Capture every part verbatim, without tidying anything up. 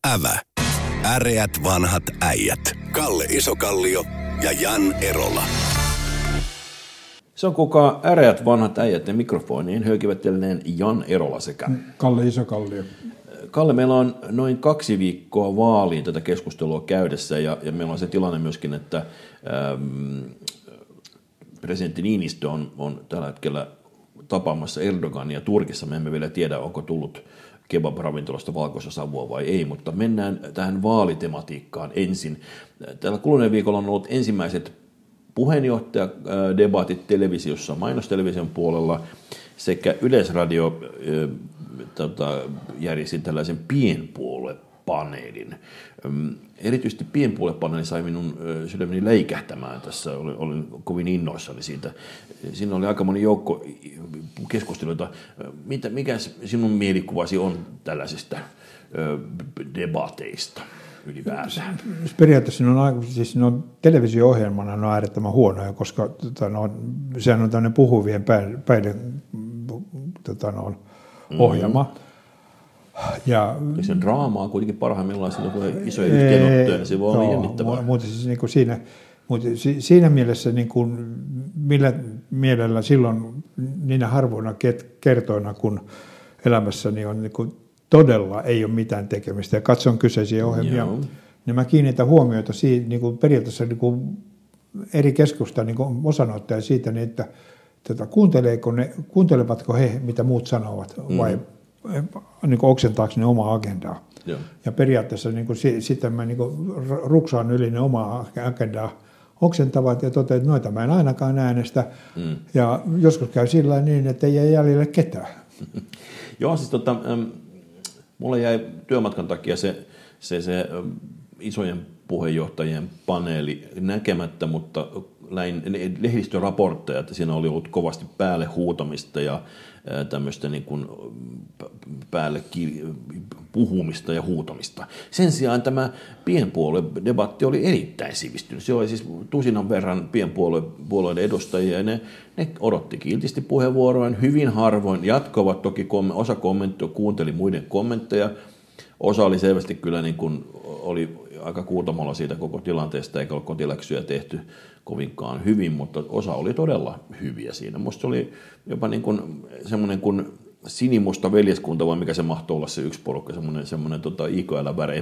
Ävä. Äreät vanhat äijät. Kalle Isokallio ja Jan Erola. Se on kuka äreät vanhat äijät ja mikrofoniin höykivättelinen Jan Erola sekä Kalle Isokallio. Kalle, meillä on noin kaksi viikkoa vaaliin tätä keskustelua käydessä ja, ja meillä on se tilanne myöskin, että ähm, presidentti Niinistö on, on tällä hetkellä tapaamassa Erdogania Turkissa. Me emme vielä tiedä, onko tullut kebab-ravintolasta valkoista savua vai ei, mutta mennään tähän vaalitematiikkaan ensin. Tällä kuluneen viikolla on ollut ensimmäiset puheenjohtajadebatit televisiossa, mainostelevision puolella sekä Yleisradio tota, järjesti tällaisen pienpuoluepaneelin. Erityisesti pienpuoluepaneeli sai minun sydämeni läikähtämään tässä, olin, olin kovin innoissani siitä. Siinä oli aika moni joukko keskusteluita. Mitä, mikä sinun mielikuvasi on tällaisista debateista ylipäätään? Periaatteessa ne on, siis ne on televisio-ohjelmana ne on äärettömän huonoja, koska tota, no, sehän on tämmöinen puhuvien päiden tota, no, ohjelma. Mm-hmm. Ja se draamaa on kuitenkin parhaimmillaan siinä, kun isoja yhteenottoja, niin se voi olla jännittävää. Mutta siis niin kuin siinä, mutta siinä mielessä, niin kuin, millä mielellä silloin niinä harvoina kertoina, kun elämässäni on niin kuin, todella ei ole mitään tekemistä ja katson kyseisiä ohjelmia, Joo. niin mä kiinnitän huomiota siihen, niin kuin periaatteessa niin kuin eri keskusta niin kuin osanottajia siitä, niin että tota, kuunteleeko ne, kuuntelevatko he, mitä muut sanovat, vai mm. niin kuin oksentaako ne omaa agendaa. Joo. Ja periaatteessa niin kuin, sitten mä niin kuin, ruksaan yli ne omaa agendaa oksentavat ja totean, että noita mä en ainakaan äänestä. Mm. Ja joskus käy sillä niin, että ei jää jäljelle ketään. Joo, siis tota, ähm, mulle jäi työmatkan takia se, se, se ähm, isojen puheenjohtajien paneeli näkemättä, mutta läin lehdistöraportteja, että siinä oli ollut kovasti päälle huutamista ja tämmöistä niin kuin päälle puhumista ja huutamista. Sen sijaan tämä pienpuolue-debatti oli erittäin sivistynyt. Se oli siis tusinan verran pienpuolueiden edustajia ja ne, ne odotti kiltisti puheenvuoroin. Hyvin harvoin jatkoivat, toki osa kommenttoi, kuunteli muiden kommentteja. Osa oli selvästi kyllä niin kuin oli aika kuutamolla siitä koko tilanteesta, eikä ole kotiläksyjä tehty kovinkaan hyvin, mutta osa oli todella hyviä siinä. Musta se oli jopa niin kuin semmoinen kuin sinimusta veljeskunta, vai mikä se mahtoi olla se yksi porukka, semmoinen, semmoinen tota, I K L-värein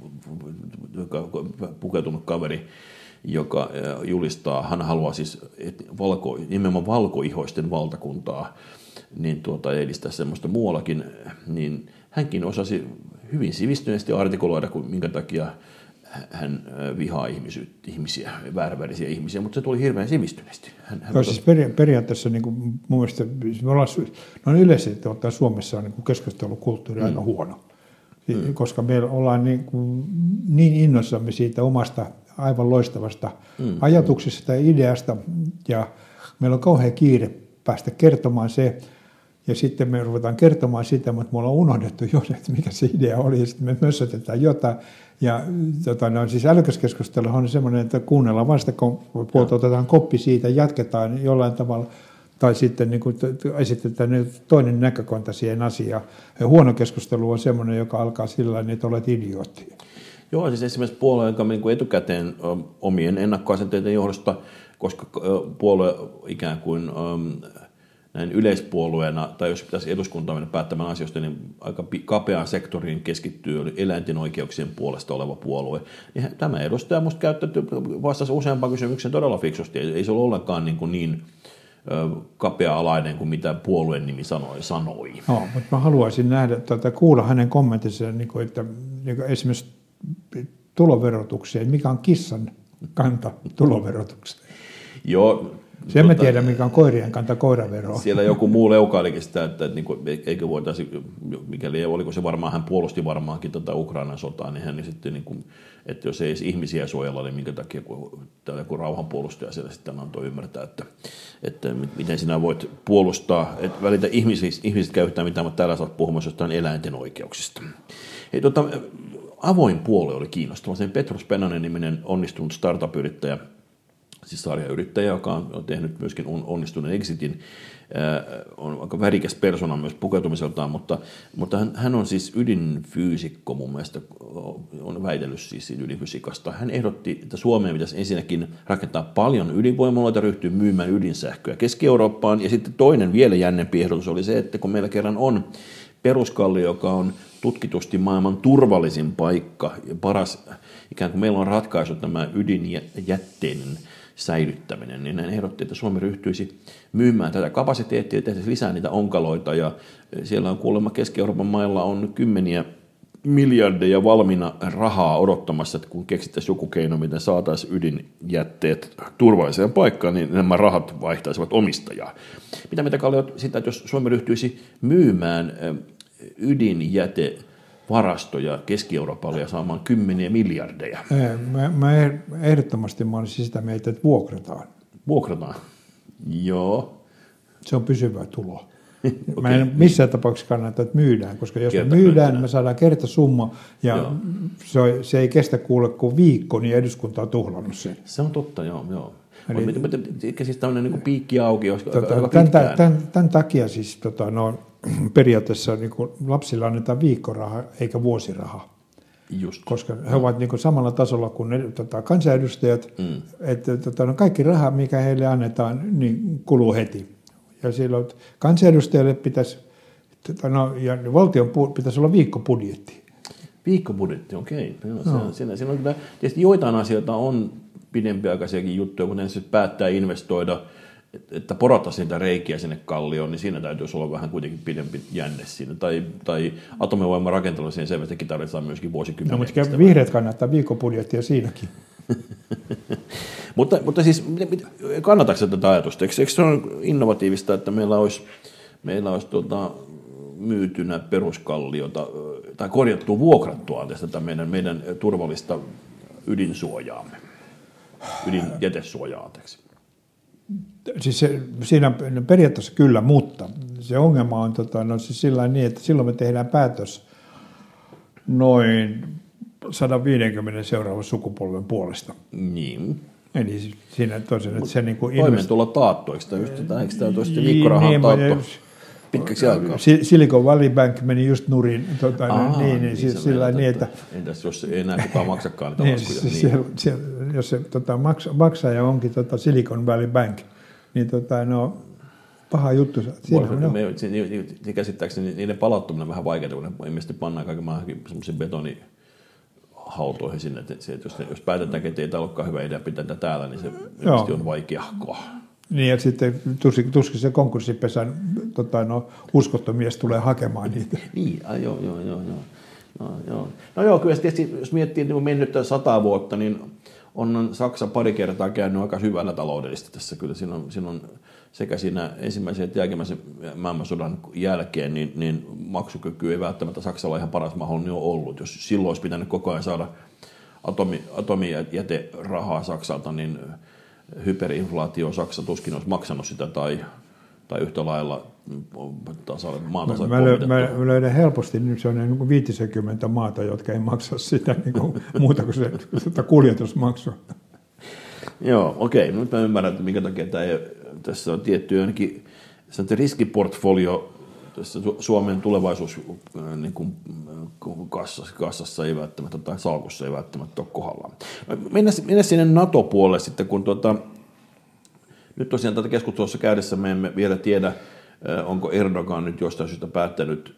pukeutunut kaveri, joka julistaa, hän haluaa siis valko, nimenomaan valkoihoisten valtakuntaa, niin tuota, edistää semmoista muuallakin, niin hänkin osasi hyvin sivistyneesti artikuloida, minkä takia hän vihaa ihmisiä, väärävärisiä ihmisiä, mutta se tuli hirveän sivistyneesti. Hän, hän no, siis peri- periaatteessa niin kuin, mun mielestä me ollaan, no yleisesti ottaen Suomessa on niin kuin keskustelukulttuuri mm. aika huono, mm. koska me ollaan niin, kuin, niin innoissamme siitä omasta aivan loistavasta mm. ajatuksesta ja ideasta, ja meillä on kauhean kiire päästä kertomaan se, ja sitten me ruvetaan kertomaan sitä, mutta me ollaan unohdettu jo, että mikä se idea oli, ja sitten me mössötetään jotain. Ja tota, no, siis älykäs keskustelu on semmoinen, että kuunnellaan vasta, kun puolta otetaan koppi siitä, jatketaan jollain tavalla, tai sitten niin kuin, esitetään toinen näkökanta siihen asiaan. Ja huono keskustelu on semmoinen, joka alkaa sillä tavalla, että olet idiootti. Joo, siis esimerkiksi puolue, joka niin kuin etukäteen omien ennakkoasenteiden johdosta, koska puolue ikään kuin näin yleispuolueena, tai jos pitäisi eduskuntaan mennä päättämään asioista, niin aika kapeaan sektoriin keskittyy eläinten oikeuksien puolesta oleva puolue. Niin tämä edustaja minusta käyttäytyy vastasi useampaan kysymykseen todella fiksusti. Ei se ole ollenkaan niin, kuin niin kapea-alainen kuin mitä puolueen nimi sanoi. sanoi. No, mutta mä haluaisin nähdä, tuota, kuulla hänen kommenttinsa, niin kuin, että niin kuin esimerkiksi tuloverotukseen. Mikä on kissan kanta tuloverotukseen? Joo. Sen mä tiedän, mikä on koirien kanta koiraveroa. Siellä joku muu leukailikin sitä, että, että niin kuin, eikö voitaisiin, mikäli oliko se varmaan, hän puolusti varmaankin tätä Ukrainan sotaa, niin hän niin sitten, niin kuin, että jos ei edes ihmisiä suojella, niin minkä takia kun täällä joku rauhanpuolustaja siellä sitten antoi ymmärtää, että, että miten sinä voit puolustaa, että välitä ihmiset, ihmiset käyttää mitään, mutta täällä saat puhumassa jostain eläinten oikeuksista. Hei, tota, avoin puolue oli kiinnostava. Sen Petrus Pennanen niminen onnistunut startup-yrittäjä siis sarjayrittäjä, joka on tehnyt myöskin onnistuneen exitin, on aika värikäs persona myös pukeutumiseltaan, mutta, mutta hän, hän on siis ydinfyysikko mun mielestä, on väitellyt siis ydinfysiikasta. Hän ehdotti, että Suomeen pitäisi ensinnäkin rakentaa paljon ydinvoimaloita, ryhtyä myymään ydinsähköä Keski-Eurooppaan, ja sitten toinen vielä jännempi ehdotus oli se, että kun meillä kerran on Peruskallio, joka on tutkitusti maailman turvallisin paikka ja paras, ikään kuin meillä on ratkaisut tämä ydinjätteiden säilyttäminen, niin hän ehdotti, että Suomi ryhtyisi myymään tätä kapasiteettia ja tehtäisiin lisää niitä onkaloita, ja siellä on kuulemma Keski-Euroopan mailla on kymmeniä miljardeja valmiina rahaa odottamassa, että kun keksittäisiin joku keino, miten saataisiin ydinjätteet turvalliseen paikkaan, niin nämä rahat vaihtaisivat omistajaa. Mitä mitä Kallio sitä, että jos Suomi ryhtyisi myymään ydinjätevarastoja Keski-Euroopalle ja saamaan kymmeniä miljardeja? Mä, mä ehdottomasti mä olisin sitä mieltä, että vuokrataan. Vuokrataan? Joo. Se on pysyvä tulo. Okay. Mä en missään tapauksessa kannata, että myydään, koska jos Kerta me myydään, myydään. me saadaan kertasumma, ja se, se ei kestä kuule kuin viikko, niin eduskunta on tuhlannut sen. Se on totta, joo. joo. Eli, mutta, mutta, mutta siis tämmöinen niin piikki auki, jos tota, aika tämän, pitkään. tämän, tämän takia siis tota, no, periaatteessa niin kuin lapsilla annetaan viikkoraha eikä vuosiraha. Just. Koska he ovat niin kuin samalla tasolla kuin ne, tota, kansanedustajat, mm. että tota, no, kaikki raha, mikä heille annetaan, niin kuluu heti. Ja silloin kansanedustajille pitäisi, no, ja valtion pitäisi olla viikkobudjetti. Viikkobudjetti, okei. Okay. No, no. siinä, siinä on kyllä, tietysti joitain asioita on pidempiaikaisiakin juttuja, kuten se päättää investoida, että porattaisiin niitä reikiä sinne kallioon, niin siinä täytyisi olla vähän kuitenkin pidempi jänne siinä. Tai, tai atomivoiman rakenteluun siihen selvästikin tarvitaan myöskin vuosikymmeniä. No, mutta vihreät kannattaa viikkobudjettia siinäkin. mutta, mutta siis, kannatatko tätä ajatusta? Eikö, eikö se ole innovatiivista, että meillä olisi, meillä olisi tuota, myytynä peruskalliota, tai korjattua, vuokrattua tätä meidän, meidän turvallista ydinsuojaamme, ydinjätesuojaa, anteeksi? Siis se, siinä periaatteessa kyllä, mutta se ongelma on tota, no siis sillä niin, että silloin me tehdään päätös noin sata viisikymmentä seuraavan sukupolven puolesta. Niin. Eli siinä toisen, että se niin kuin toimeentulo taattu, eikö tämä just tätä, eikö tämä toista viikkorahan taattu pitkäksi aikaa? Silicon Valley Bank meni just nurin, tota, Aa, niin, niin, niin sillä niin, että entäs jos ei enää kukaan maksakaan niitä niin, laskuja? Niin. Siellä, siellä, jos se tota, maksaja onkin tota Silicon Valley Bank, niin tota, no, paha juttu. Me, se, se käsittääkseni niiden palauttaminen on vähän vaikeaa, kun ne ilmeisesti pannaan kaiken maailman semmoisiin betonihautoihin sinne. Että se, että jos, jos päätetään, että ei tämä olekaan hyvä idea pitää tätä täällä, niin se ilmeisesti on vaikeahkoa. Niin, ja sitten tuskin, tuskin se konkurssipesän tota, no, uskottomies tulee hakemaan niitä. Niin, ai, joo, joo, joo, joo. No, joo. no joo, kyllä tietysti, jos miettii niin mennyttä sataa vuotta, niin on Saksa pari kertaa käynyt aika hyvällä taloudellisesti tässä. Kyllä siinä on, siinä on sekä siinä ensimmäisen että jälkimmäisen maailmansodan jälkeen, niin, niin maksukyky ei välttämättä Saksalla ihan paras mahdollinen ole ollut. Jos silloin olisi pitänyt koko ajan saada atomi, atomijäterahaa Saksalta, niin hyperinflaatio Saksa tuskin olisi maksanut sitä tai, tai yhtä lailla maata saa mä, lö, mä löydän helposti nyt sellainen niin viisikymmentä maata, jotka ei maksa sitä niin kuin, muuta kuin se, sitä kuljetusmaksua. Joo, okei. Nyt mä ymmärrän, että minkä takia tämä ei, tässä on tietty ainakin riskiportfolio tässä Suomen tulevaisuus niin kuin kassassa, kassassa ei välttämättä, tai salkussa ei välttämättä ole kohdallaan. Mennään, mennään sinne NATO-puolelle sitten, kun tuota, nyt tosiaan tätä keskustelussa käydessä me emme vielä tiedä, onko Erdogan nyt jostain syystä päättänyt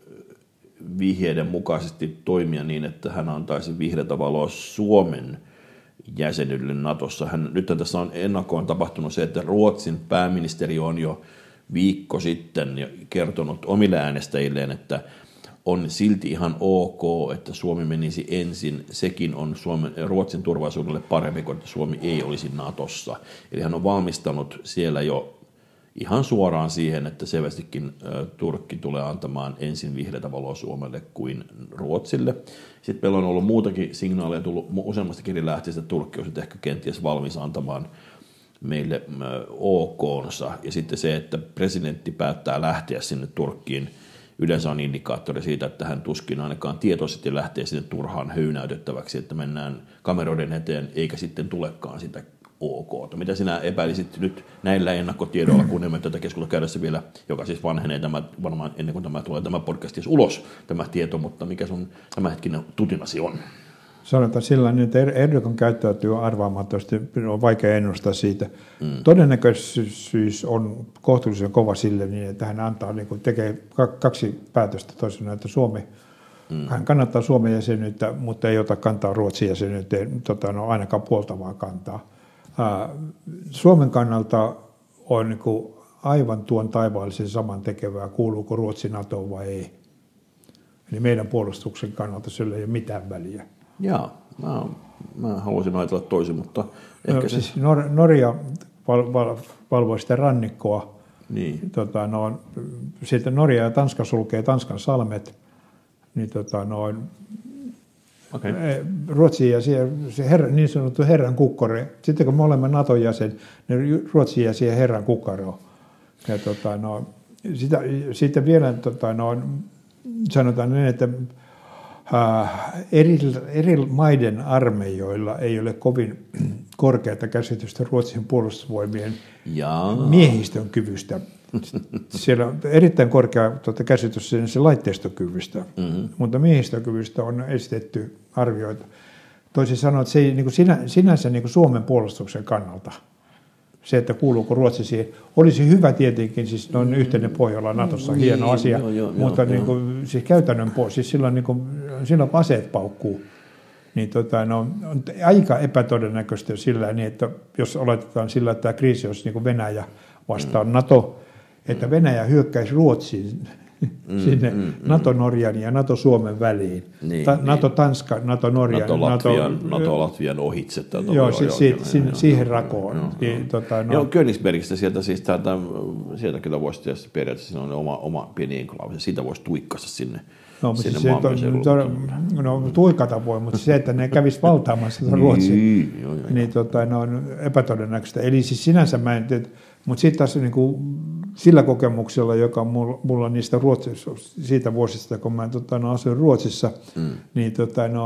vihjeiden mukaisesti toimia niin, että hän antaisi vihreätä valoa Suomen jäsenyydelle Natossa. Hän, nyt tässä on ennakkoon tapahtunut se, että Ruotsin pääministeri on jo viikko sitten kertonut omille äänestäjilleen, että on silti ihan ok, että Suomi menisi ensin. Sekin on Suomen, Ruotsin turvallisuudelle parempi, kun Suomi ei olisi Natossa. Eli hän on valmistanut siellä jo ihan suoraan siihen, että selvästikin Turkki tulee antamaan ensin vihreätä valoa Suomelle kuin Ruotsille. Sitten meillä on ollut muutakin signaaleja tullut useammastakin eri lähteestä, että Turkki olisi ehkä kenties valmis antamaan meille okonsa. Ja sitten se, että presidentti päättää lähteä sinne Turkkiin, yleensä on indikaattori siitä, että hän tuskin ainakaan tietoisesti lähtee sinne turhaan höynäytettäväksi, että mennään kameroiden eteen, eikä sitten tulekaan sitä ok. Mitä sinä epäilisit nyt näillä ennakkotiedoilla, kun emme tätä keskustelua käydessä vielä, joka siis vanhenee tämä, varmaan ennen kuin tämä tulee tämä podcast ulos, tämä tieto, mutta mikä sun tämänhetkinen tutinasi on? Sanotaan sillä tavalla, että Erdogan käyttäytyy arvaamattomasti, on vaikea ennustaa siitä. Mm. Todennäköisyys on kohtuullisen kova sille, niin että hän antaa, niin kuin tekee kaksi päätöstä toisena, että Suomi, mm. hän kannattaa Suomen jäsenyyttä, mutta ei ota kantaa Ruotsin jäsenyyteen, tota, no, ainakaan puoltavaa kantaa. Ää, Suomen kannalta on niin kuin aivan tuon taivaallisen saman tekevää, kuuluuko Ruotsi NATOon vai ei. Eli meidän puolustuksen kannalta sillä ei ole mitään väliä. Jaa, mä, mä haluaisin ajatella toisin, mutta ehkä no, se... Siis Nor- Norja val- val- valvoi sitä rannikkoa. Niin. Tota, no, sitten Norja ja Tanska sulkee Tanskan salmet. Niin, tota, no, okay. Ruotsi ja se, se herra, niin sanottu herran kukkore. Sitten kun me olemme Naton jäsen, niin Ruotsi jää siihen herran kukkaroon. Ja, tota, no, sitä, sitten vielä tota, no, sanotaan niin, että Eri, eri maiden armeijoilla ei ole kovin korkeata käsitystä Ruotsin puolustusvoimien Jaa. miehistön kyvystä. Siellä on erittäin korkea tuota, käsitys sen se laitteistokyvystä, mm-hmm. mutta miehistökyvystä on esitetty arvioita. Toisin sanoen, että se ei niin kuin sinä, sinänsä niin kuin Suomen puolustuksen kannalta. Se, että kuuluuko Ruotsi siihen, olisi hyvä tietenkin, siis noin yhteinen Pohjola Natossa, mm, hieno niin, asia, joo, joo, mutta joo, niin kuin, siis käytännön pois, siis silloin, niin kuin, silloin kun aseet paukkuu, niin tota, no, on aika epätodennäköistä sillä, niin että jos oletetaan sillä, että tämä kriisi olisi niin kuin Venäjä vastaan mm. NATO, että Venäjä hyökkäisi Ruotsiin mm, sinne mm, NATO-Norjan ja NATO-Suomen väliin. Niin, Ta- NATO-Tanska, NATO-Norjan. NATO-Latvian, NATO, NATO-Latvian ohitse. Joo, joo, si- si- si- joo, siihen joo, rakoon. Joo, niin, joo. Tota, no. Joo, Königsbergistä sieltä, siis täältä, sieltä kyllä voisi tietysti periaatteessa on oma, oma pieni enklaavi, siitä voisi tuikkasta sinne. No, sinne siis to, no, tuikata voi, mutta se, että ne kävisi valtaamassa sitä Ruotsia, niin, joo, joo, niin tota, no, on epätodennäköistä. Eli siis sinänsä mä en tiedä, mutta sitten taas niin kuin, sillä kokemuksella, joka mulla, mulla on niistä Ruotsista, siitä vuosista, kun mä tota, no, asuin Ruotsissa, mm. niin tota, no,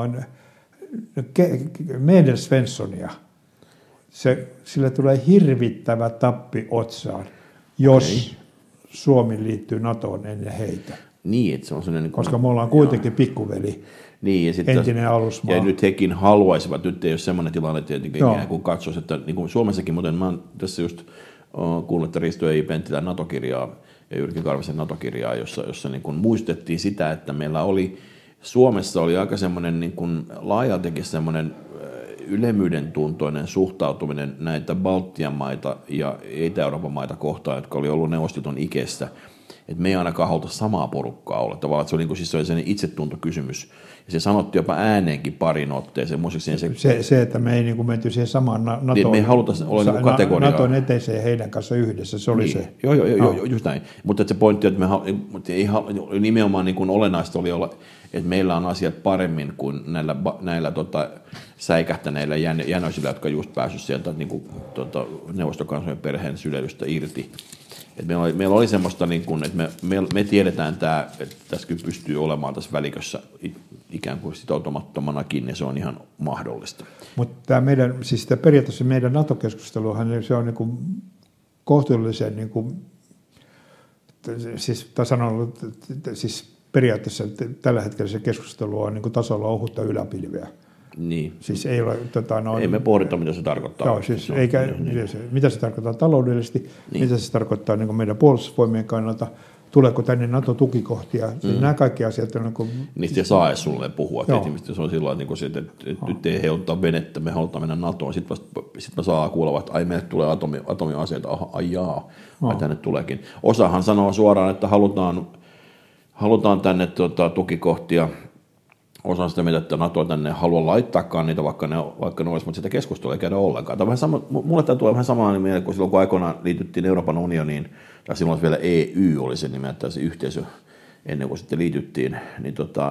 ke, meidän Svenssonia, se, sillä tulee hirvittävä tappi otsaan, jos okay. Suomi liittyy NATOon ennen heitä. Niin, että se on sellainen... Koska me ollaan kuitenkin pikkuveli, niin, ja sitten, entinen alusmaa. Ja nyt hekin haluaisivat, nyt ei ole semmoinen tilanne tietenkin, kun katsoisi, että niin kuin Suomessakin, muuten mä oon tässä just kuullut, että Risto E I Penttilän NATO-kirjaa ja Jyrki Karvisen NATO-kirjaa, jossa, jossa niin kuin muistettiin sitä, että meillä oli, Suomessa oli aika semmoinen niin kuin laajaltakin semmoinen ylemmyyden tuntoinen suhtautuminen näitä Baltian maita ja Itä-Euroopan maita kohtaan, jotka oli ollut Neuvostoliiton ikeessä. Että me ei ainakaan haluta samaa porukkaa olla. Tavallaan, että se oli, niin kuin, siis se oli sellainen itsetuntokysymys. Ja se sanottiin jopa ääneenkin parin otteeseen. Se, se, se, että me ei niin kuin menty siihen samaan NATOon, niin, me ei haluta olla niin kategoriaa. NATOn eteiseen heidän kanssa yhdessä, se oli niin. se. Joo, joo, joo, no. just näin. Mutta se pointti, että me ei, nimenomaan niin kuin olennaista oli olla, että meillä on asiat paremmin kuin näillä, näillä tota, säikähtäneillä jän, jänöisillä, jotka just päässyt sieltä niin kuin, tota, neuvostokansojen perheen sydelystä irti. Et meillä, oli, meillä oli semmoista, niin kun, että me, me, me tiedetään, tämä, että tässä kyllä pystyy olemaan tässä välikössä ikään kuin sitoutumattomanakin, ja se on ihan mahdollista. Mutta tämä meidän, siis tämä periaatteessa meidän NATO-keskusteluhan, se on niin kuin kohtuullisen, niin kuin, siis, sanon, siis periaatteessa tällä hetkellä se keskustelu on niin kuin tasolla ohutta yläpilveä. Niin. Siis ei ole, tota, no, ei me pohdita, mitä se tarkoittaa. Joo, siis no, eikä, niin, niin. Se, mitä se tarkoittaa taloudellisesti, niin. mitä se tarkoittaa niin kuin meidän puolustusvoimien kannalta, tuleeko tänne NATO-tukikohtia, siis mm. nämä kaikki asiat on... Niin kuin, niistä ei saa edes sulle puhua, tietysti se on sillä tavalla, että, että, että nyt ei he ottaa venettä, me halutaan mennä NATOon, sitten sit me saa kuulla, että ai meille tulee atomi, atomiaseita, aha, ai jaa, no. ai tänne tuleekin. Osahan sanoo suoraan, että halutaan, halutaan tänne tuota, tukikohtia, osa sitä mieltä, että NATO tänne halua laittaakaan niitä, vaikka ne, vaikka ne olisi, mutta sitä keskustelua ei käydä ollenkaan. Tämä sama, mulle tämä tulee vähän samaa mieleen, kun silloin kun aikoinaan liityttiin Euroopan unioniin, tai silloin vielä E Y oli se nimeltään se yhteisö, ennen kuin sitten liityttiin, niin tota,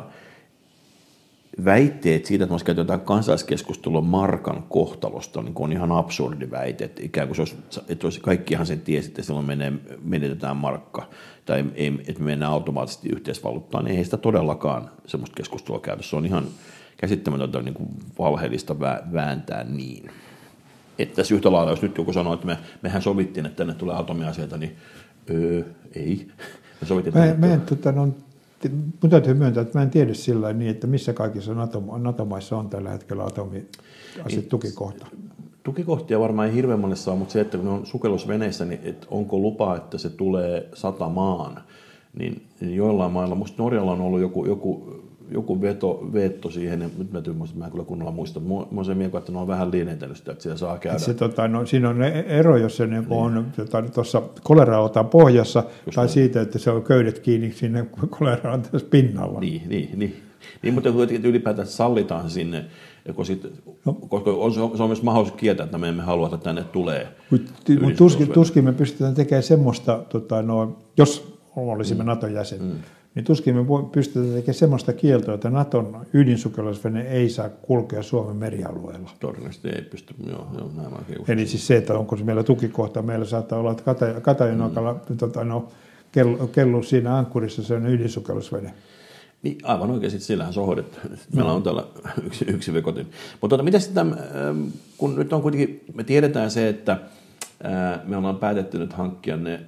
väitteet siitä, että olisi käyty jotain kansalaiskeskustelua markan kohtalosta, niin on ihan absurdi väite, että ikään kuin se olisi, että olisi, kaikkihan sen tiesi, että silloin menee, menetetään markka, tai ei, että me mennään automaattisesti yhteisvaluuttaan, niin ei sitä todellakaan semmoista keskustelua käytössä. Se on ihan käsittämätöntä niin kuin valheellista vääntää niin. Että tässä yhtä lailla, jos nyt joku sanoo, että me, mehän sovittiin, että tänne tulee atomiaseita, niin öö, ei. Me sovittiin, että mä, mä en, tota, no, mun täytyy myöntää, että mä en tiedä sillä niin, että missä kaikissa NATO-maissa on tällä hetkellä atomiasetukikohta. Tukikohtia varmaan ei hirveän monessa ole, mutta se, että kun on sukellusveneissä, niin että onko lupa, että se tulee satamaan, niin, niin joillain mailla, musta Norjalla on ollut joku, joku, joku veto, veto siihen, ja nyt mä tymmän, mä en kyllä kunnolla muista, mutta mä oon se mieltä, että ne on vähän lienentänyt sitä, että siellä saa käydä. Se, tota, no, siinä on ero, jos se niin. on tuossa kolerautan pohjassa, just tai on. Siitä, että se on köydet kiinni sinne kolerautan pinnalla. Niin, niin, niin. niin mutta ylipäätään sallitaan sinne, Sit, no. koska on, se on myös mahdollisuus kieltää, että me emme halua, että tänne tulee. Mutta tuskin, tuskin me pystytään tekemään semmoista, tota, no, jos olisimme mm. Naton jäsen, mm. niin tuskin me pystytään tekemään semmoista kieltoa, että Naton ydinsukellusvene ei saa kulkea Suomen merialueella. Todennäköisesti ei pysty, joo, joo näin oikein. Eli siis se, että onko se meillä tukikohta, meillä saattaa olla, että Katajanokalla mm. tota, no, kellu, kellu siinä ankkurissa se on ydinsukellusvene. Niin, aivan oikein, sitten sillähän se on hoidettu. Meillä on täällä yksi, yksi vekotin. Mutta tuota, mitä sitten, kun nyt on kuitenkin, me tiedetään se, että me ollaan päätetty nyt hankkia ne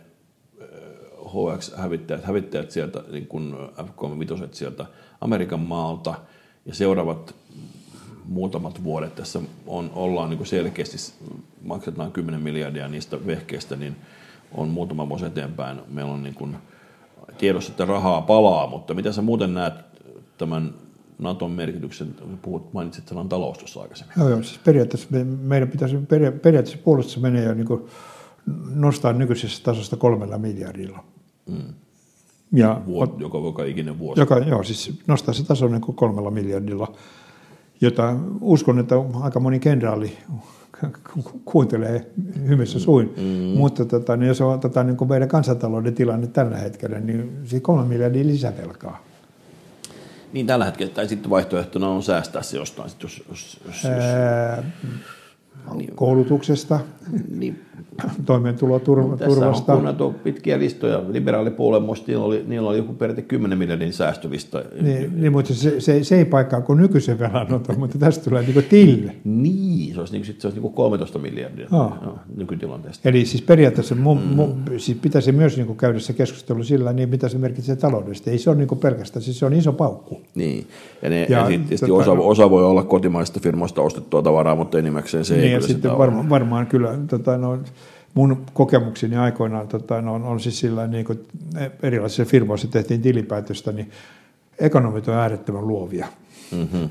H X-hävittäjät hävittäjät sieltä, niin kuin F kolmekymmentäviisi sieltä Amerikan maalta, ja seuraavat muutamat vuodet tässä on, ollaan niin kuin selkeästi, maksetaan kymmenen miljardia niistä vehkeistä, niin on muutama vuosi eteenpäin. Meillä on niin kuin tiedossa, että rahaa palaa, mutta mitä sä muuten näet tämän Naton merkityksen, puhut, mainitsit sanan talous tuossa aikaisemmin. Joo, joo, siis periaatteessa me, meidän pitäisi, periaatteessa puolustus menee jo niin kuin nostaa nykyisestä tasosta kolmella miljardilla. Mm. Ja, Vuot, joka, joka ikinen vuosi. Joka, joo, siis nostaa se taso niin kuin kolmella miljardilla, jota uskon, että aika moni kenraali kuuntelee hymissä suin. Mm. Mutta tota, niin jos on tota, niin kuin meidän kansantalouden tilanne tällä hetkellä, niin siitä kolme miljardia lisävelkaa. Niin tällä hetkellä, tai sitten vaihtoehtona on säästää se jostain. Jos, jos, jos, Ää, niin, koulutuksesta, niin, toimeentuloturvasta. Tässä on kunnat pitkiä listoja. Liberaalipuolen muista niillä oli, niillä oli joku periaatteessa kymmenen miljardin säästölista. Niin, niin mutta se, se, se ei paikkaa kuin nykyisen velanoton, mutta tästä tulee niin kuin tille. Niin, se olisi, niin, se olisi niin kolmetoista miljardia oh. no, nykytilanteesta. Eli siis periaatteessa mu, mm. mu, siis pitäisi myös niin kuin käydä se keskustelu sillä, niin mitä se merkitsee taloudesta. Ei se ole niin kuin pelkästään, siis se on iso paukku. Niin, ja, ne, ja, ja sitten tota, osa, osa voi olla kotimaisista firmoista ostettua tavaraa, mutta enimmäkseen se niin, ei ja sitten varma, varmaan kyllä tota, no, mun kokemukseni aikoinaan tota, no, on, on siis sillä niin kuin erilaisissa firmoissa tehtiin tilipäätöstä, niin ekonomit on äärettömän luovia. Mm-hmm.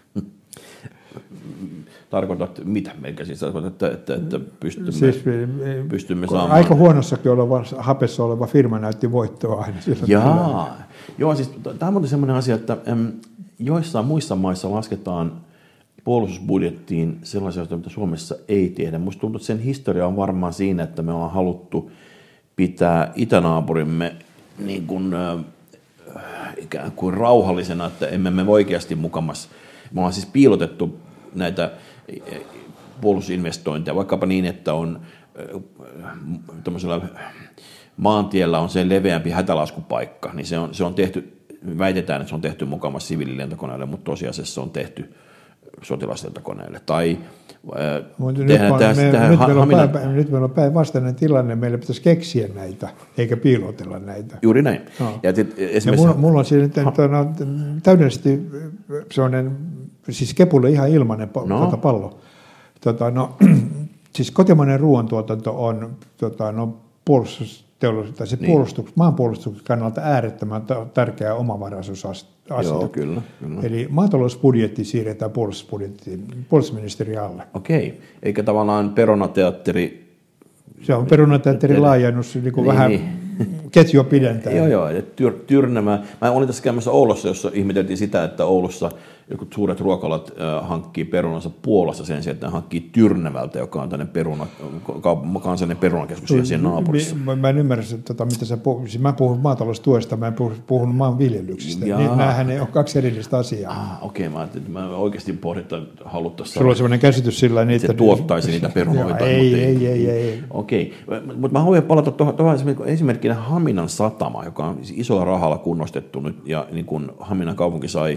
Tarkoitat mitä meikä siis? Tarkoitat, että, että, että pystymme, siis, pystymme saamaan... Aika huonossakin oleva, hapessa oleva firma näytti voittoa aina. Jaa. Joo, siis tämä on semmoinen asia, että äm, joissain muissa maissa lasketaan puolustusbudjettiin sellaisia asioita, mitä Suomessa ei tehdä. Minusta tuntuu, että sen historia on varmaan siinä, että me ollaan haluttu pitää itänaapurimme niin kuin, äh, ikään kuin rauhallisena, että emme me oikeasti mukamas. Me ollaan siis piilotettu näitä puolustusinvestointeja, vaikkapa niin, että on äh, tämmöisellä maantiellä on se leveämpi hätälaskupaikka, niin se on, se on tehty, väitetään, että se on tehty mukamas siviililentokoneelle, mutta tosiasiassa se on tehty sotilaslentokoneelle. Tai Mutta nyt, tehdään, me, tähän, me, tähän nyt, meillä hamina... päin, nyt meillä on päinvastainen tilanne, meillä pitäisi keksiä näitä, eikä piilotella näitä. Juuri näin. No. Ja, tit, esimerkiksi... ja mulla, mulla on siinä no, täydellisesti sellainen, siis kepulle ihan ilmainen no. tuota, pallo. Tota, no, siis kotimainen ruoantuotanto on tota, no, puolustusteollisuus, tai se niin. puolustus, maanpuolustuksen kannalta äärettömän tärkeä omavaraisuusasia. Joo, kyllä, kyllä. Eli maatalousbudjetti siirretään puolustusbudjettiin, puolustusministeriön alle. Okei, eikä tavallaan perunateatteri... Se on perunateatterin laajennus, niin kuin niin, vähän niin. ketjua pidentää. Joo, joo, tyr, tyrnämä. Mä olin tässä käymässä Oulussa, jossa ihmeteltiin sitä, että Oulussa jotkut suuret ruokalat äh, hankkii perunansa Puolassa sen sijaan, että ne hankkii Tyrnävältä, joka on tämmöinen peruna, kansallinen perunakeskus mm, siinä naapurissa. Mä, mä en ymmärrä, tota, mitä sä puhut. Siis mä puhun maataloustuesta, mä en puhu, puhun maanviljelyksistä. Niin, näähän ei ole kaksi erillistä asiaa. Ah, okei, okay, mä ajattelin, että mä oikeasti pohdin, että haluttaisiin... Sulla on sellainen käsitys sillä tavalla, että se tuottaisi niitä perunoita. Ei, ei, ei, ei, ei. Okei, okay. Mutta mä haluan palata tuohon esimerkkinä Haminan satama, joka on isolla rahalla kunnostettu nyt, ja niin kuin Haminan kaupunki sai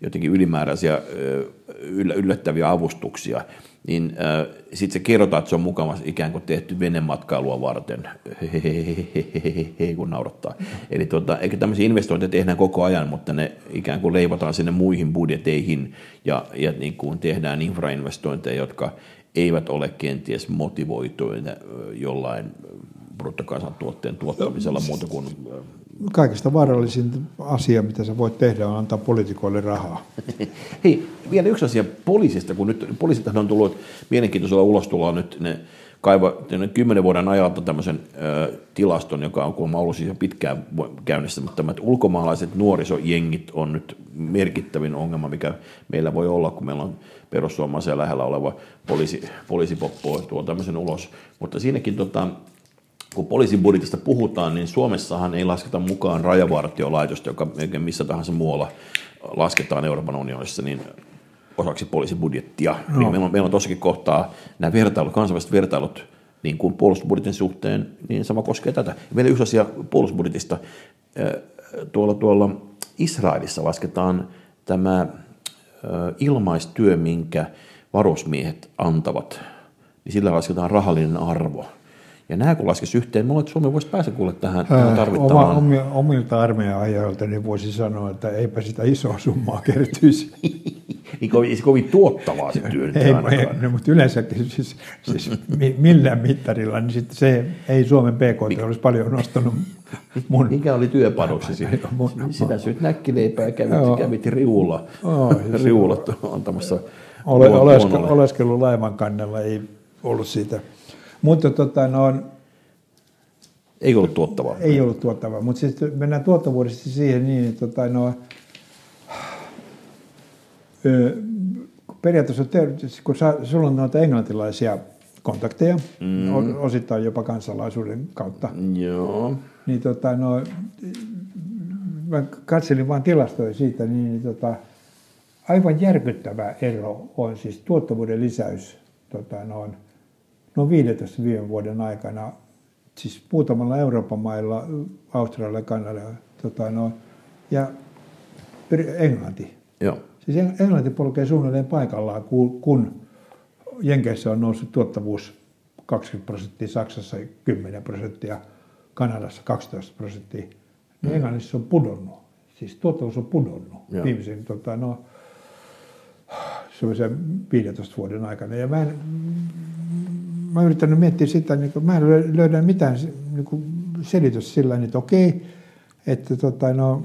jotenkin ylimääräisiä yllättäviä avustuksia, niin sitten se kerrotaan, että se on mukavasti ikään kuin tehty venematkailua varten, hehehehehehe, kun naurattaa. Eli tuota, eikä tämmöisiä investointeja tehdään koko ajan, mutta ne ikään kuin leivotaan sinne muihin budjeteihin ja, ja niin kuin tehdään infrainvestointeja, jotka eivät ole kenties motivoituneet jollain bruttokansantuotteen tuottamisella muuta kuin... Kaikista vaarallisin asia, mitä sä voit tehdä, on antaa poliitikoille rahaa. Hei, vielä yksi asia poliisista, kun nyt poliisithan on tullut mielenkiintoisella ulostulolla nyt ne kaiva kymmenen vuoden ajalta tämmöisen ö, tilaston, joka on kuulemma ollut siis jo pitkään käynnissä, mutta tämä, ulkomaalaiset nuorisojengit on nyt merkittävin ongelma, mikä meillä voi olla, kun meillä on perussuomalaisia lähellä oleva poliisi, poliisipoppo tuo tämmöisen ulos, mutta siinäkin tota, kun poliisin budjetista puhutaan, niin Suomessahan ei lasketa mukaan rajavartiolaitosta, joka missä tahansa muualla lasketaan Euroopan unionissa, niin osaksi poliisin budjettia. No. Niin meillä on, meillä on tossakin kohtaa nämä vertailut, kansainväliset vertailut niin kuin puolustusbudjetin suhteen, niin sama koskee tätä. Ja vielä yksi asia puolustusbudjetista. Tuolla, tuolla Israelissa lasketaan tämä ilmaistyö, minkä varusmiehet antavat, niin sillä lasketaan rahallinen arvo. Ja nämä kun laskisi yhteen, mulla että Suomi voisi päästä kuule tähän, tähän tarvittavaan. Oma, omilta armeijan ajoilta niin voisi sanoa, että eipä sitä isoa summaa kertyisi. Niin kovin, kovin tuottavaa se työ nyt ei, ei, no, mutta yleensäkin siis, siis millään mittarilla, niin sitten se ei Suomen P K T olisi paljon nostanut. Mun... Mikä oli työpanoksesi? Sitä syyt näkkileipää ja kävit, kävit riulla, oh, riulla antamassa. Ole, oleskelu, oleskelu laivan kannella ei ollut siitä. Mutta tota, no, ei ollut tuottavaa. Ei ollut tuottavaa, mutta siis mennään tuottavuudesta siihen niin, että tota, no, periaatteessa, kun sulla on noita englantilaisia kontakteja, mm. osittain jopa kansalaisuuden kautta, joo. Niin tota, no, mä katselin vaan tilastoja siitä, niin, niin tota, aivan järkyttävä ero on siis tuottavuuden lisäys tota, no, noin viidentoista viime vuoden aikana, siis muutamalla Euroopan mailla, Australia, Kanada tota, no, ja Englanti. Joo. Siis Englanti polkee suunnilleen paikallaan, kun Jenkeissä on noussut tuottavuus kaksikymmentä prosenttia, Saksassa kymmenen prosenttia, Kanadassa kaksitoista prosenttia. Niin mm. Englannissa on pudonnut. Siis tuottavuus on pudonnut Joo. viimeisen tota, no, viidentoista vuoden aikana. Ja mä en, mä oon yrittänyt miettiä sitä, niin mä en löydä mitään niin selitystä sillä, että okei, että tota, no,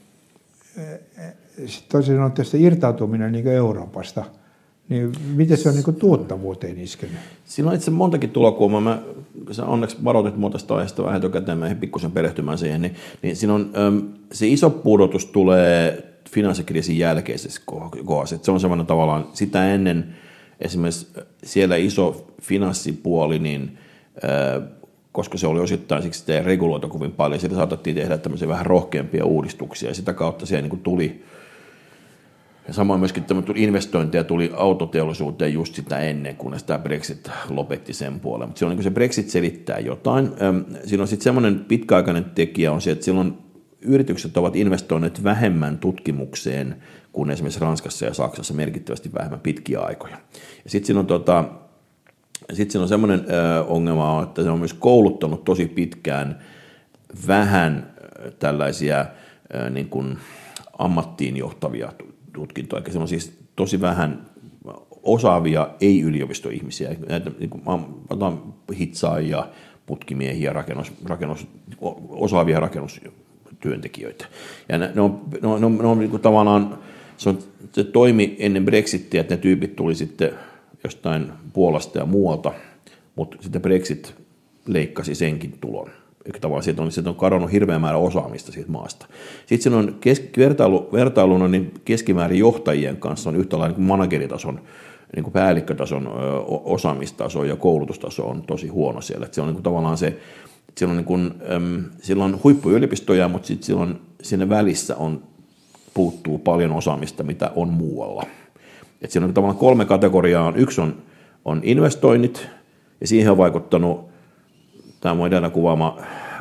sitten toisin on tästä irtautuminen niin Euroopasta, niin miten se on niin tuottavuuteen iskenyt? Siinä on itse montakin tulokulmaa. Mä, sä onneksi varoitit mua tästä aiheesta vähän etukäteen, mä ehdin pikkusen perehtymään siihen, niin, niin siinä on, se iso pudotus tulee finanssikriisin jälkeisessä kohdassa. Se on semmoinen tavallaan, sitä ennen esimerkiksi siellä iso finanssipuoli, niin koska se oli osittain siksi sitä ei reguloitu kovin paljon, sitä saatettiin tehdä tämmöisiä vähän rohkeampia uudistuksia, ja sitä kautta siellä niin kuin tuli, ja samoin myöskin investointeja tuli autoteollisuuteen just sitä ennen, kun tämä Brexit lopetti sen puolen. Mutta silloin niin se Brexit selittää jotain. Siinä on sitten semmoinen pitkäaikainen tekijä on se, että silloin yritykset ovat investoineet vähemmän tutkimukseen kuin esimerkiksi Ranskassa ja Saksassa merkittävästi vähemmän pitkiä aikoja. Ja sitten siinä on tota, Sitten siinä on semmoinen ö, ongelma, että se on myös kouluttanut tosi pitkään vähän tällaisia ö, niin kuin ammattiin johtavia tutkintoja. Eli se on siis tosi vähän osaavia ei-yliopistoihmisiä, näitä niin kuin, hitsaajia, putkimiehiä, rakennus, rakennus, osaavia rakennustyöntekijöitä. Ja ne, ne on, ne on, ne on niin kuin tavallaan, se, on, se toimi ennen Brexitia, että ne tyypit tuli sitten jostain Puolasta ja muualta, mutta sitten Brexit leikkasi senkin tulon. Eli tavallaan sieltä on, sieltä on kadonnut hirveä määrä osaamista siitä maasta. Sitten siinä on kes, vertailu, vertailuna niin keskimäärin johtajien kanssa on yhtä lailla niin manageritason, niin kuin päällikkötason ö, osaamistaso ja koulutustaso on tosi huono siellä. Että se on niin kuin tavallaan se, siellä on, niin kuin, äm, siellä on huippuyliopistoja, mutta sitten silloin siinä välissä on, puuttuu paljon osaamista, mitä on muualla. Että siinä on tavallaan kolme kategoriaa. Yksi on, on investoinnit, ja siihen on vaikuttanut tämä mun edellä kuvaama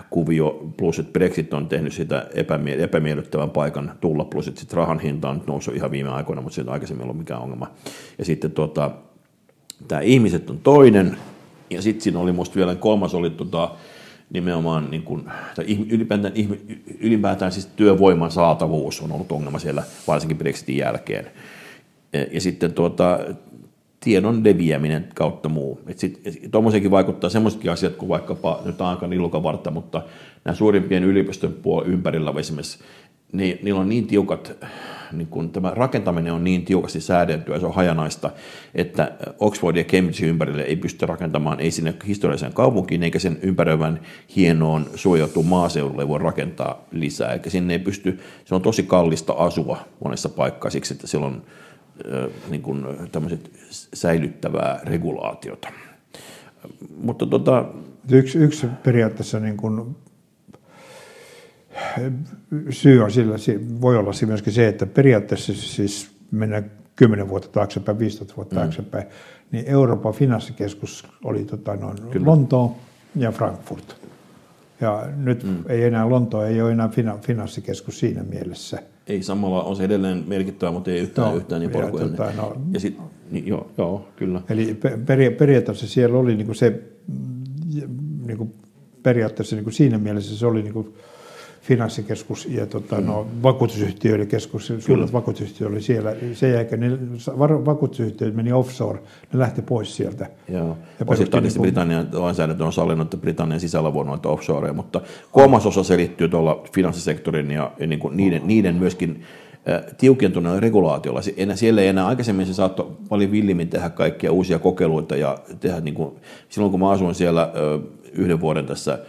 kuvio, plus että Brexit on tehnyt sitä epämie- epämiellyttävän paikan tulla, plus että sitten rahan hinta on nyt noussut ihan viime aikoina, mutta siitä aikaisemmin ei ollut mikään ongelma. Ja sitten tota, tämä ihmiset on toinen, ja sitten siinä oli musta vielä kolmas oli tota, nimenomaan niin kuin, ylipäätään, ylipäätään siis työvoiman saatavuus on ollut ongelma siellä, varsinkin Brexitin jälkeen. Ja, ja sitten tuota, tiedon leviäminen kautta muu. Tuommoisenkin vaikuttaa semmoisetkin asiat kuin vaikkapa, nyt on aika nillukavartta, mutta nämä suurimpien yliopiston puolella ympärillä esimerkiksi, niin, niillä on niin tiukat, niin kun tämä rakentaminen on niin tiukasti säädeltyä ja se on hajanaista, että Oxford ja Cambridge ympärille ei pysty rakentamaan, ei sinne historialliseen kaupunkiin, eikä sen ympäröivän hienoon suojautuun maaseudulle voi rakentaa lisää, eikä sinne ei pysty, se on tosi kallista asua monessa paikkaa siksi, että siellä on niin kuin tämmöiset säilyttävää regulaatiota. Mutta tota... Yksi, yksi periaatteessa niin kuin syy on sillä, voi olla myöskin se, että periaatteessa siis mennään kymmenen vuotta taaksepäin, viisitoista vuotta mm. taaksepäin, niin Euroopan finanssikeskus oli tota, noin Lontoo ja Frankfurt. Ja nyt mm. ei enää Lontoo, ei ole enää finanssikeskus siinä mielessä. Ei samalla, on se edelleen merkittävä, mutta ei yhtään, no, yhtään niin paljon kuin ennen. Tota, no, ja sit, niin, joo, joo, kyllä. Eli peri, periaatteessa siellä oli niinku se, niinku periaatteessa niinku siinä mielessä se oli niinku finanssikeskus ja tota, mm. no, vakuutusyhtiöiden keskus, suuret vakuutusyhtiöt oli siellä. Sen jälkeen ne vakuutusyhtiöt meni offshore, ne lähti pois sieltä. Joo, osittain niin Britannian lainsäädäntö on sallinut, että Britannian sisällä voi noita offshoreja, mutta kolmas osa selittyy tuolla finanssisektorin ja, ja niin kuin niiden, niiden myöskin äh, tiukentuneella regulaatiolla. Enää, siellä ei enää aikaisemmin se saattoi paljon villimmin tehdä kaikkia uusia kokeiluita ja tehdä, niin kuin, silloin kun mä asuin siellä äh, yhden vuoden tässä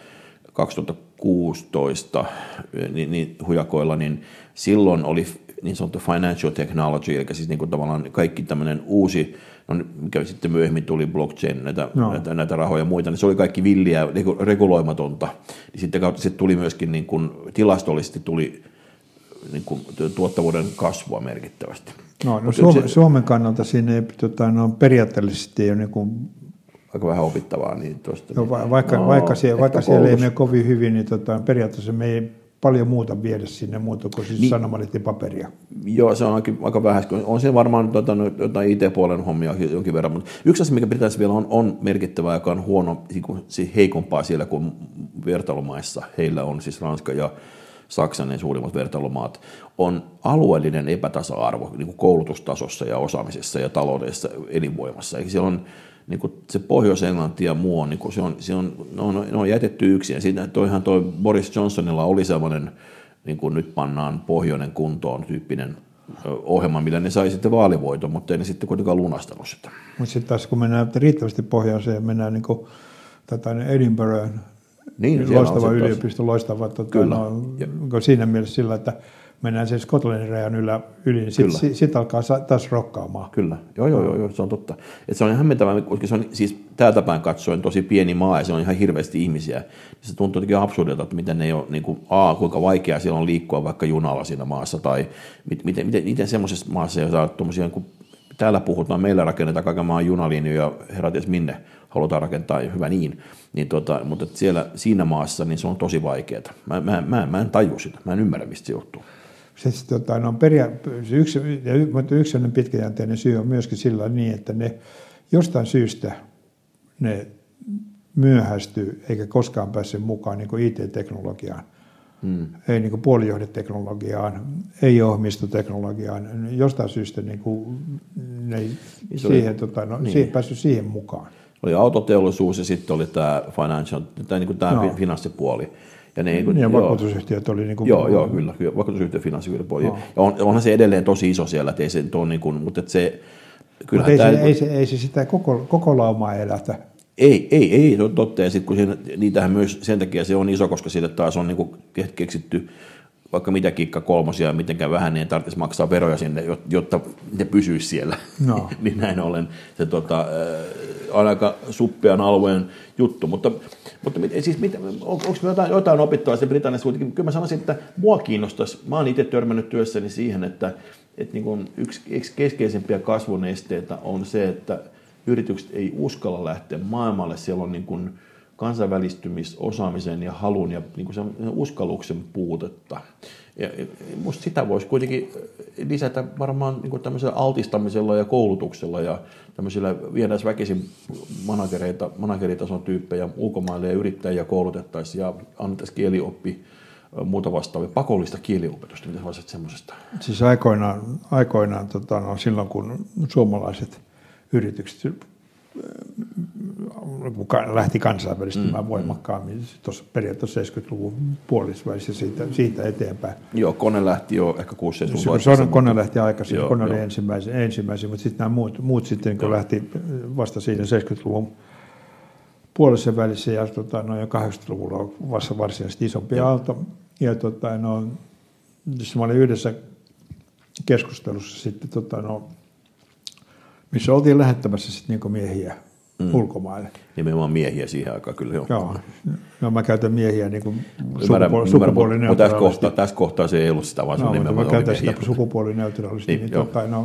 kaksituhattakuusitoista niin, niin hujakoilla, niin silloin oli niin sanottu financial technology, eli siis niin kuin tavallaan kaikki tämmöinen uusi, no, mikä sitten myöhemmin tuli blockchain, näitä, no. näitä, näitä rahoja ja muita, niin se oli kaikki villiä, reguloimatonta. Niin sitten kautta sitten tuli myöskin niin kuin, tilastollisesti tuli niin kuin, tuottavuuden kasvua merkittävästi. No, no Suomen, se, Suomen kannalta siinä ei, tota, no, periaatteellisesti ei ole niin kuin aika vähän opittavaa. Niin tosta, no, niin, vaikka, no, vaikka siellä, vaikka siellä ei mene kovin hyvin, niin tota, periaatteessa me ei paljon muuta viedä sinne muuta kuin siis niin, sanomalehtipaperia. Joo, se on aika, aika vähän. On siinä varmaan tota, jotain I T-puolen hommia jonkin verran, mutta yksi asia, mikä Britannissa vielä on, on merkittävää, joka on huono, heikompaa siellä kuin vertailumaissa, heillä on siis Ranska ja Saksan ne suurimmat vertailumaat, on alueellinen epätasa-arvo niin kuin koulutustasossa ja osaamisessa ja taloudessa elinvoimassa. Eli siellä on niin kuin se Pohjois-Englanti ja muu on, niin kuin se on, se on, ne, on, ne on jätetty yksin. Ja siinä toihan toi Boris Johnsonilla oli sellainen, niin kuin nyt pannaan pohjoinen kuntoon tyyppinen ohjelma, millä ne sai sitten vaalivoiton, mutta ei ne sitten kuitenkaan lunastanut sitä. Mutta sitten taas kun mennään riittävästi pohjoiseen ja mennään niin kuin tätä Edinburghin, niin, loistava yliopisto, loistava, tota, no, siinä mielessä sillä, että mennään siis Skotlannin rajan ylä, yli, niin sitten sit, sit alkaa taas rokkaamaan. Kyllä, joo, joo, joo, joo, se on totta. Et se on ihan hämmentävää, koska se on siis täältä päin katsoen tosi pieni maa ja se on ihan hirveästi ihmisiä. Se tuntuu jotenkin absurdilta, että miten ne ei ole, niin kuin, a, kuinka vaikeaa siellä on liikkua vaikka junalla siinä maassa, tai miten, miten, miten semmoisessa maassa ei saa tuommoisia, kun täällä puhutaan, meillä rakennetaan kaiken maan junalinjoja, herrat ties minne halutaan rakentaa, hyvä niin, niin tota, mutta siellä siinä maassa niin se on tosi vaikeaa. Mä, mä, mä, mä en taju sitä, mä en ymmärrä, mistä se johtuu. Se, tota, no, peria- yksi, mutta yksi pitkäjänteinen syy on myöskin sillä niin, että ne jostain syystä ne myöhästyy eikä koskaan päässyt mukaan niin kuin I T-teknologiaan, hmm. ei niin kuin puolijohdeteknologiaan, ei ohjelmistoteknologiaan. Jostain syystä niin kuin, ne ei siihen, tota, no, niin. siihen päässyt siihen mukaan. Oli autoteollisuus ja sitten oli tämä financial, tämä, niin kuin tämä no. finanssipuoli. Ja, ne, ja vakuutusyhtiöt oli niin kuin... Joo, joo, kyllä, kyllä vakuutusyhtiö, finanssipuoli. No. Ja on, onhan se edelleen tosi iso siellä, että ei se ole niin kuin, mutta se... Mutta ei, tämä, se, ei, se, ei se sitä koko, koko laumaa elätä. Ei, ei, ei, se on totta. Ja sitten kun siinä, niitähän myös sen takia se on iso, koska siitä taas on niin kuin keksitty vaikka mitä kikka kolmosia, mitenkään vähän, niin ei tarvitsisi maksaa veroja sinne, jotta ne pysyisi siellä. No. Niin näin ollen se tota, on aika suppean alueen juttu. Mutta, mutta siis, on, onko jotain, jotain opittavaa sitten Britanniassa kuitenkin? Kyllä mä sanoisin, että mua kiinnostaisi. Mä oon itse törmännyt työssäni siihen, että, että niin kuin yksi keskeisimpiä kasvun esteitä on se, että yritykset ei uskalla lähteä maailmalle. Siellä on niin kuin kansainvälistymisosaamisen ja halun ja niin kuin sen uskalluksen puutetta. Ja musta sitä voisi kuitenkin lisätä varmaan niin kuin tämmöisellä altistamisella ja koulutuksella ja tämmöisillä viedään väkisin managereita, manageritason tyyppejä ulkomaille ja yrittäjiä koulutettaisiin ja annettaisiin kielioppi muuta vastaavia, pakollista kieliopetusta. Mitä olisit semmoisesta? Siis aikoinaan, aikoinaan tota, no, silloin kun suomalaiset yritykset lähti kansainvälistymään mm, voimakkaammin, tuossa periaatteessa seitsemänkymmentäluvun puolivälissä siitä, siitä eteenpäin. Joo, kone lähti jo ehkä kuusi seitsemän. Kone lähti aikaisemmin, kone oli ensimmäisen, ensimmäisen, mutta sitten nämä muut, muut sitten kun lähti vasta siinä seitsemänkymmentäluvun puolessa välissä ja tota, no, kahdeksankymmentäluvulla on vasta varsinaisesti isompi joo. aalto. Ja tota, no, mä olin yhdessä keskustelussa sitten, tota, no, missä oltiin lähettämässä sitten niinku miehiä mm. ulkomaille. Nimenomaan miehiä siihen aikaan kyllä joo. Joo, no mä käytän miehiä niinku sukupuoli, sukupuolineutraalisti. Tässä kohtaa, tässä kohtaa se ei ollut sitä, vaan se no, nimenomaan mä käytän sitä sukupuolineutraalisti. Niin, niin, tota, no,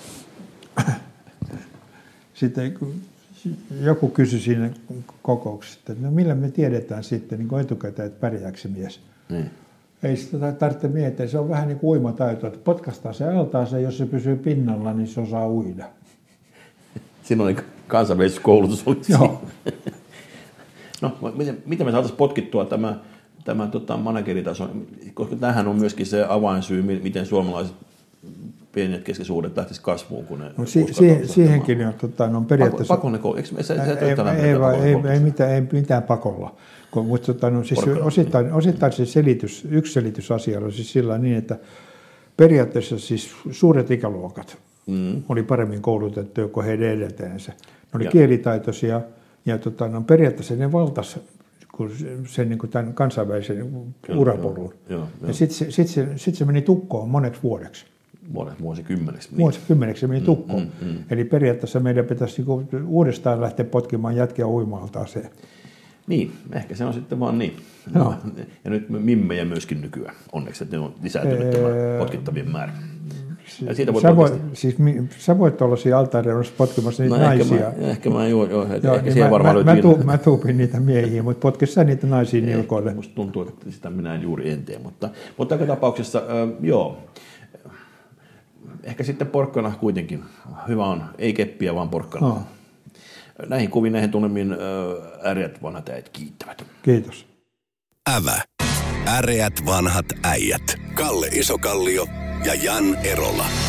sitten joku kysyi siinä kokouksessa, että no millä me tiedetään sitten niin etukäteen, että pärjääkö se mies. Niin. Ei sitä tarvitse miettiä, se on vähän niin kuin uimataito, että potkastaa se altaaseen, jos se pysyy pinnalla, niin se osaa uida. Siinä oli kansainväliskoulutus. Joo. No, miten, miten me saataisiin potkittua tämä, tämä tota, manageritaso, koska tämähän on myöskin se avainsyy, miten suomalaiset pienet keskisuudet lähtisivät kasvuun, kun ne no, si- si- siihenkin on, tota, no, periaatteessa... Pakollinen koulu, eikö se, se, se ei, ei, ei, ei, ei, mitään, ei mitään pakolla. Mutta tota, no, siis osittain, osittain se selitys, yksi selitys asialla on siis sillä niin, että periaatteessa siis suuret ikäluokat mm. oli paremmin koulutettuja kuin heidän edeltäjänsä. Ne oli ja. kielitaitoisia ja tota, no, periaatteessa ne valtasi sen niin kuin tämän kansainvälisen urapolun. Ja sitten se, sit se, sit se meni tukkoon moneksi vuodeksi. Monet vuosikymmeneksi. Niin. Vuosikymmeneksi se meni tukkoon. Mm, mm, mm. Eli periaatteessa meidän pitäisi niin uudestaan lähteä potkimaan jätkiä uimaltaaseen. Niin, ehkä se on sitten vaan niin. No. Ja nyt mimmejä myöskin nykyään. Onneksi, että ne on lisääntynyt tämä potkittavien määrä. Ja siitä voi sä, voit, siis, sä voit olla siinä altaarireunassa potkimassa niitä no, naisia. Ehkä mä, ehkä mä, joo, joo, joo, ehkä niin mä, varmaan mä, mä, tuupin, mä tuupin niitä miehiä, mutta potkis sä niitä naisia nilkoille. Musta tuntuu, että sitä minä juuri en tee. Mutta, mutta joka tapauksessa, äh, joo. Ehkä sitten porkkana kuitenkin. Hyvä on, ei keppiä, vaan porkkana. No. Näihin kuviin, näihin tunnelmiin äreät vanhat äijät kiittävät. Kiitos. Ävä. Äreät vanhat äijät. Kalle Isokallio ja Jan Erola.